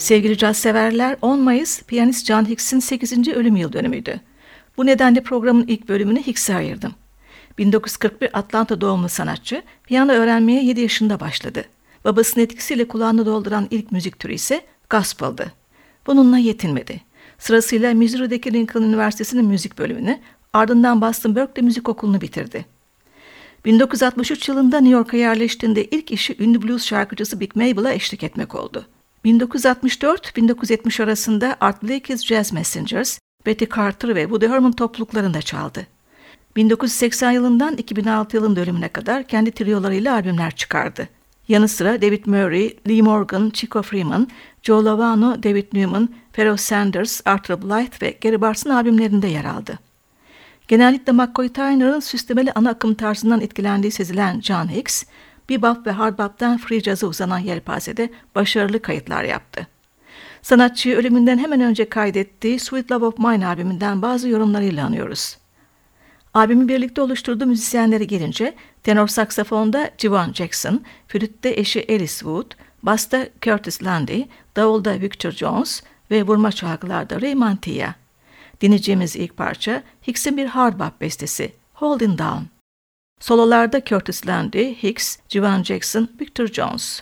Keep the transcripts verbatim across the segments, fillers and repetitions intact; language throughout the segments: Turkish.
Sevgili caz severler, on Mayıs piyanist John Hicks'in sekizinci ölüm yıl dönümüydü. Bu nedenle programın ilk bölümünü Hicks'e ayırdım. bin dokuz yüz kırk bir Atlanta doğumlu sanatçı piyano öğrenmeye yedi yaşında başladı. Babasının etkisiyle kulağını dolduran ilk müzik türü ise gospel'dı. Bununla yetinmedi. Sırasıyla Missouri'deki Lincoln Üniversitesi'nin müzik bölümünü, ardından Boston Berklee Müzik Okulu'nu bitirdi. bin dokuz yüz altmış üç yılında New York'a yerleştiğinde ilk işi ünlü blues şarkıcısı Big Mabel'a eşlik etmek oldu. bin dokuz yüz altmış dört bin dokuz yüz yetmiş arasında Art Blakey's Jazz Messengers, Betty Carter ve Woody Herman topluluklarında çaldı. bin dokuz yüz seksen yılından iki bin altı yılının ölümüne kadar kendi triolarıyla albümler çıkardı. Yanı sıra David Murray, Lee Morgan, Chico Freeman, Joe Lovano, David Newman, Pharoah Sanders, Arthur Blythe ve Gary Bartz'ın albümlerinde yer aldı. Genellikle McCoy Tyner'ın süslemeli ana akım tarzından etkilendiği sezilen John Hicks, bebop ve hard bop'tan free jazz'a uzanan yelpazede başarılı kayıtlar yaptı. Sanatçıyı ölümünden hemen önce kaydettiği Sweet Love of Mine albümünden bazı yorumlarıyla anıyoruz. Albümü birlikte oluşturduğu müzisyenlere gelince tenor saksafonda Jevon Jackson, flütte eşi Alice Wood, basta Curtis Lundy, davulda Victor Jones ve vurma çalgılarda Ray Mantilla. Dinleyeceğimiz ilk parça Hicks'in bir hard bop bestesi Holding Down. Sololarda Curtis Lundy, Hicks, Jevon Jackson, Victor Jones.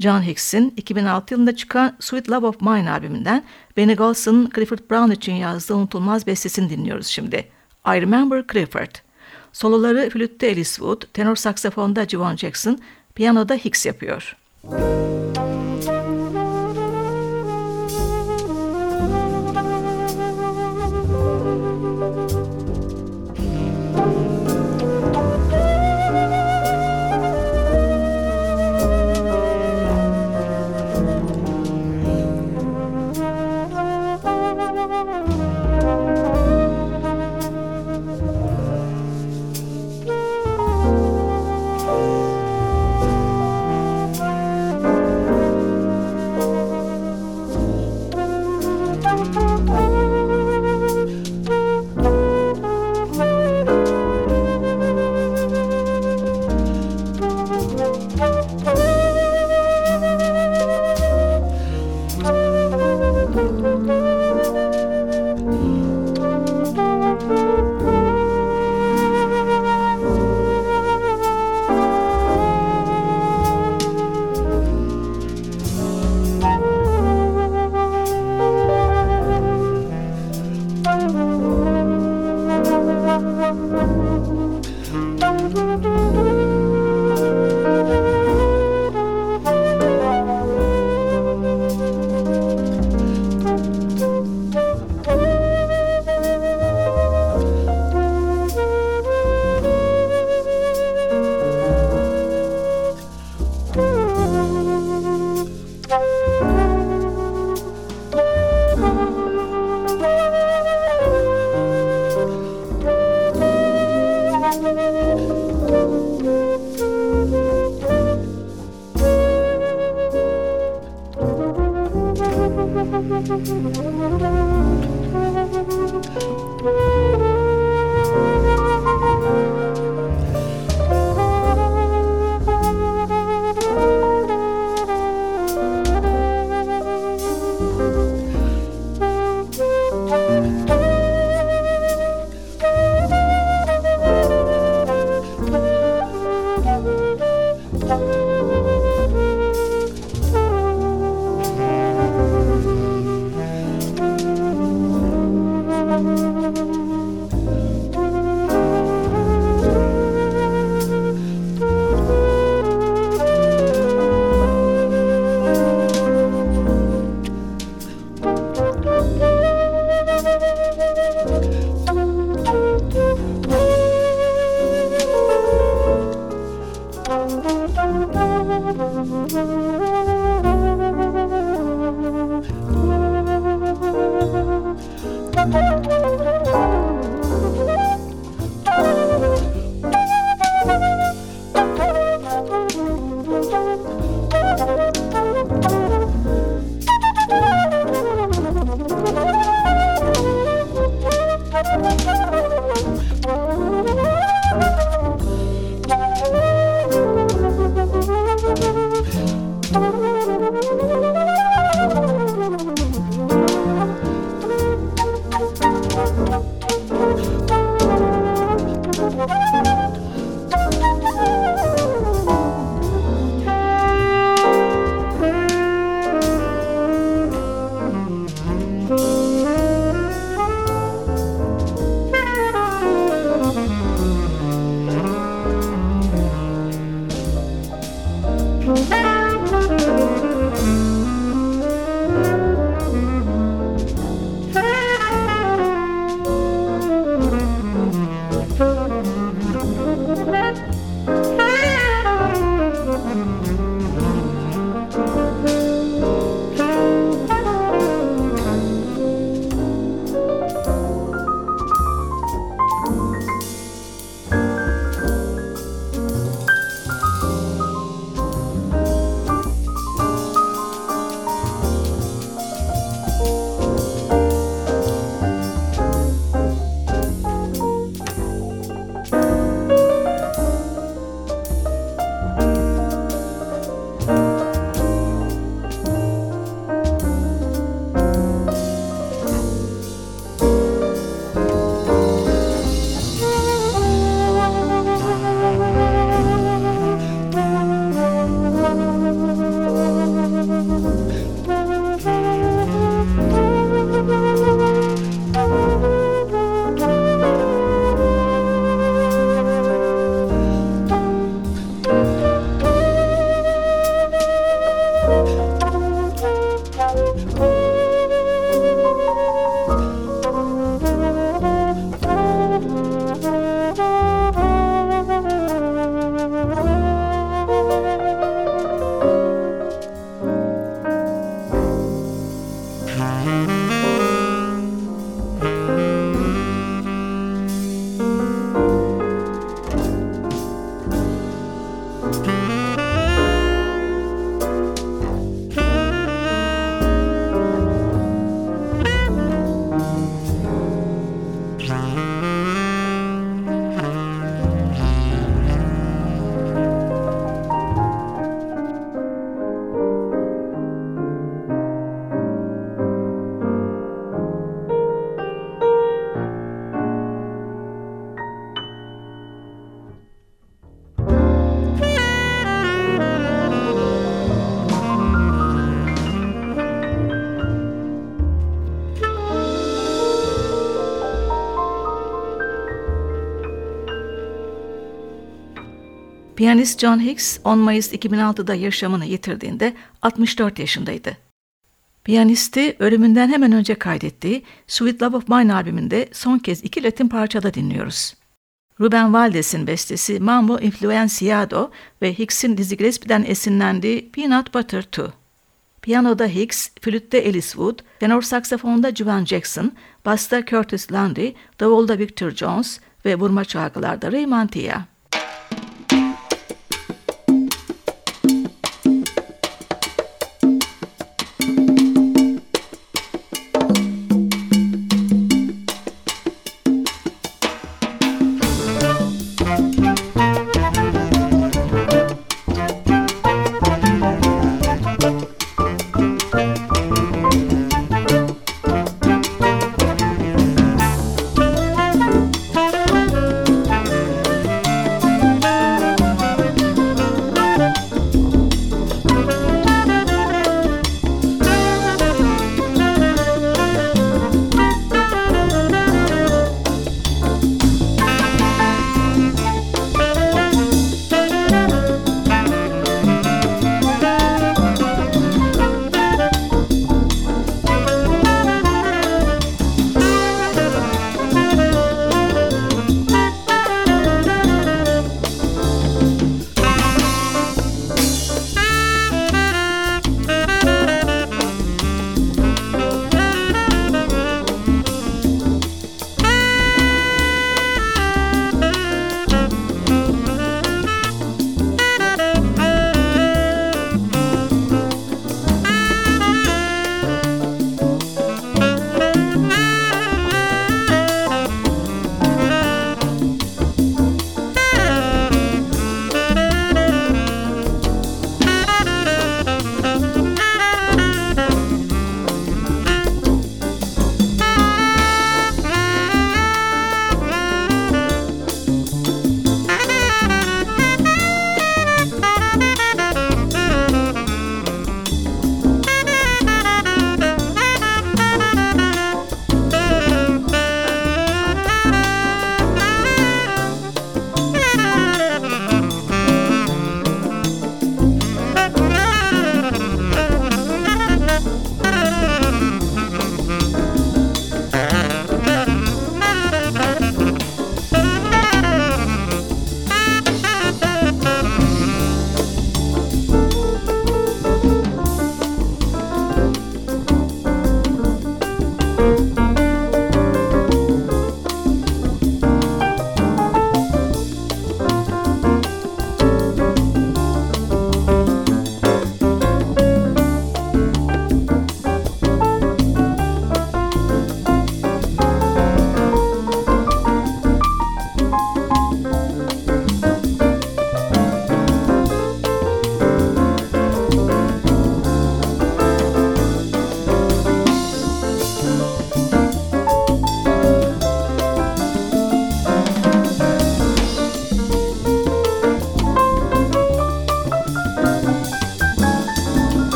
John Hicks'in iki bin altı yılında çıkan Sweet Love of Mine albümünden Benny Golson'un Clifford Brown için yazdığı unutulmaz bestesini dinliyoruz şimdi. I Remember Clifford. Soloları flütte Ellis Wood, tenor saksafonda Jevon Jackson, piyanoda Hicks yapıyor. Piyanist John Hicks on Mayıs iki bin altıda yaşamını yitirdiğinde altmış dört yaşındaydı. Piyanisti ölümünden hemen önce kaydettiği Sweet Love of Mine albümünde son kez iki Latin parçada dinliyoruz. Rubén Valdes'in bestesi Mambo Influenciado ve Hicks'in Dizzy Gillespie'den esinlendiği Peanut Butter iki. Piyanoda Hicks, flütte Ellis Wood, tenor saksafonda Juwan Jackson, basta Curtis Lundy, davulda Victor Jones ve vurma çalgılarda Ray Mantilla.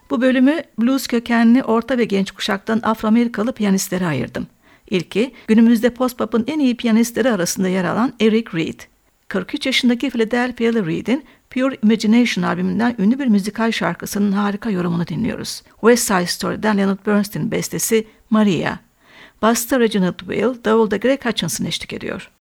Bu bölümü blues kökenli orta ve genç kuşaktan Afro-Amerikalı piyanistlere ayırdım. İlki, günümüzde post-pop'un en iyi piyanistleri arasında yer alan Eric Reed. kırk üç yaşındaki Philadelphia'lı Reed'in Pure Imagination albümünden ünlü bir müzikal şarkısının harika yorumunu dinliyoruz. West Side Story'den Leonard Bernstein bestesi Maria. Basta Reginald Weil, davulda Greg Hutchinson eşlik ediyor.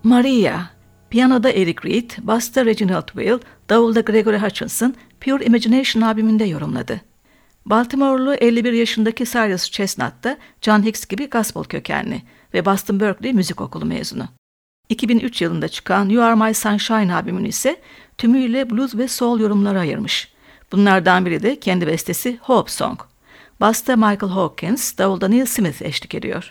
Maria, piyanoda Eric Reed, basta Reginald Weil, davulda Gregory Hutchinson, Pure Imagination albümünde yorumladı. Baltimore'lu elli bir yaşındaki Cyrus Chestnut da John Hicks gibi gospel kökenli ve Boston Berklee Müzik Okulu mezunu. iki bin üç yılında çıkan You Are My Sunshine albümünü ise tümüyle blues ve soul yorumlara ayırmış. Bunlardan biri de kendi bestesi Hope Song. Basta Michael Hawkins, davulda Neil Smith eşlik ediyor.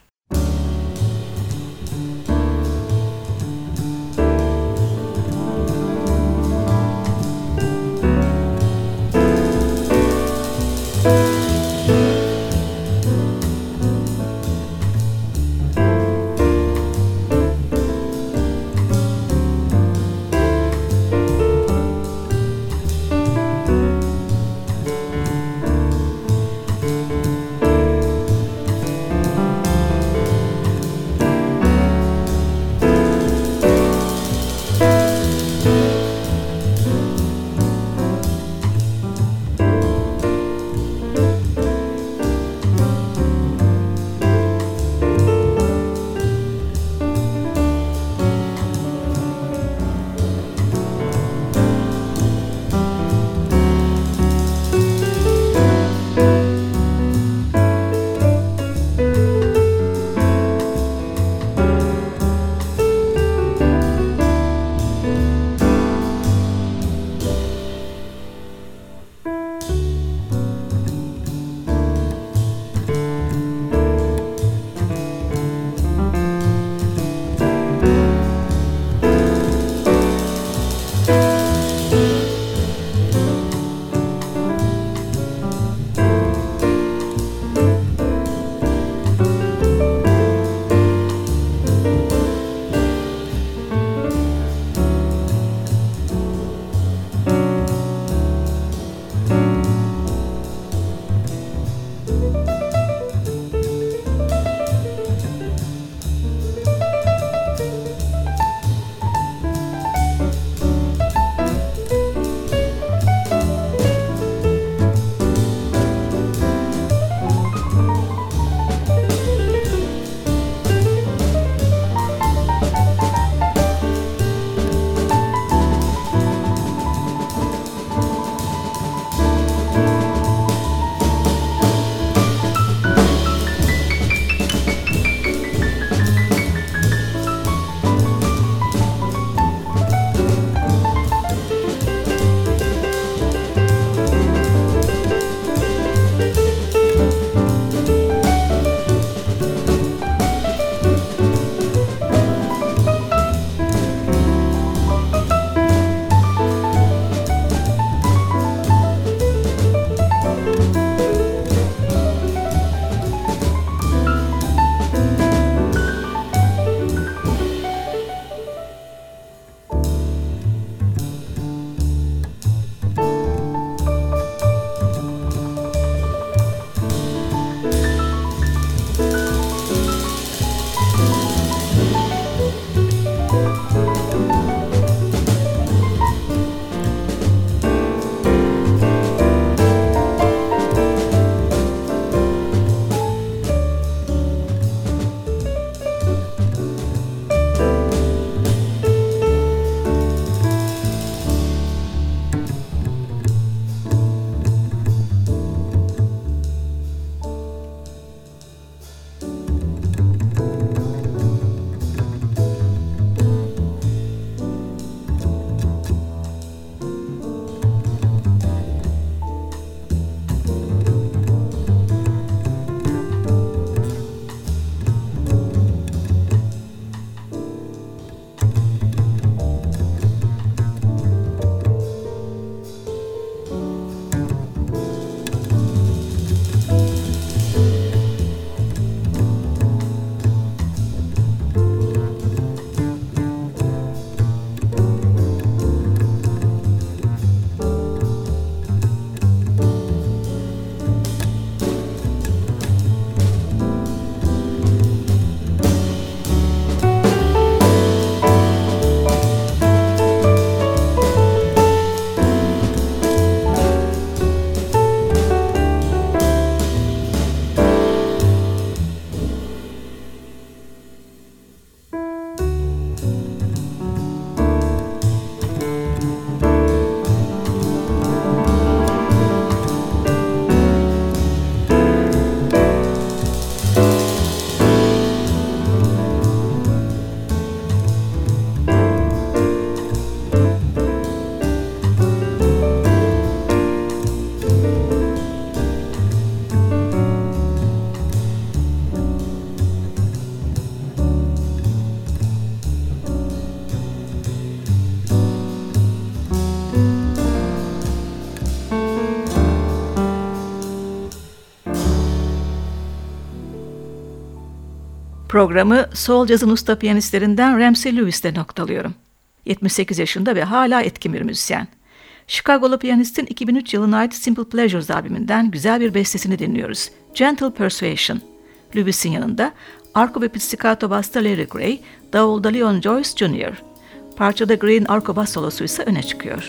Programı soul cazın usta piyanistlerinden Ramsey Lewis'le noktalıyorum. yetmiş sekiz yaşında ve hala etkin bir müzisyen. Chicago'lu piyanistin iki bin üç yılına ait Simple Pleasures albümünden güzel bir bestesini dinliyoruz. Gentle Persuasion. Lewis'in yanında arko ve pizzicato basta Larry Gray, davulda Leon Joyce Junior Parçada Gray'in arko bas solosu ise öne çıkıyor.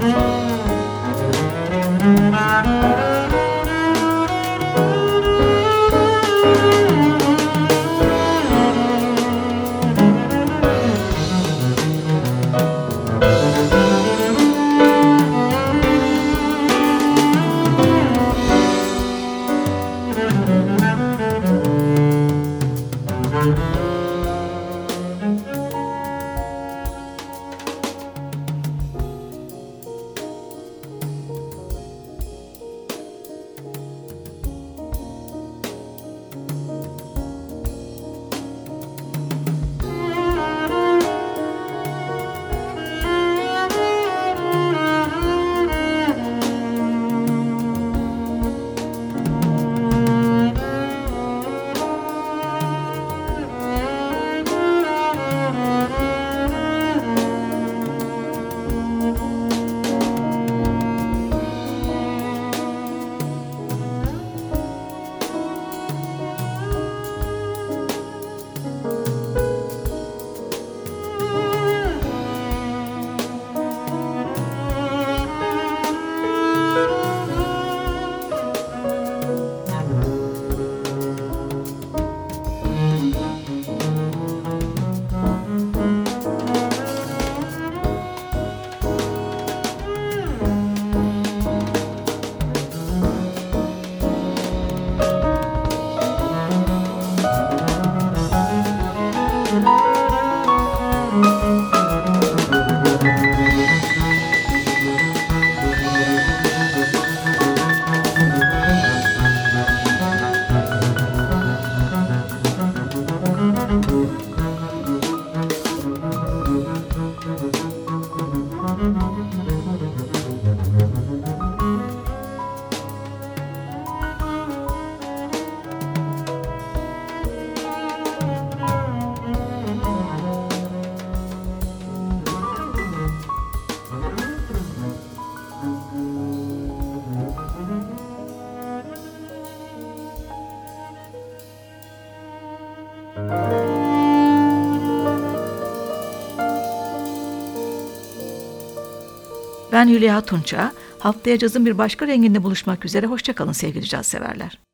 Ben Hülya Tunça. Haftaya cazın bir başka renginde buluşmak üzere. Hoşça kalın sevgili caz severler.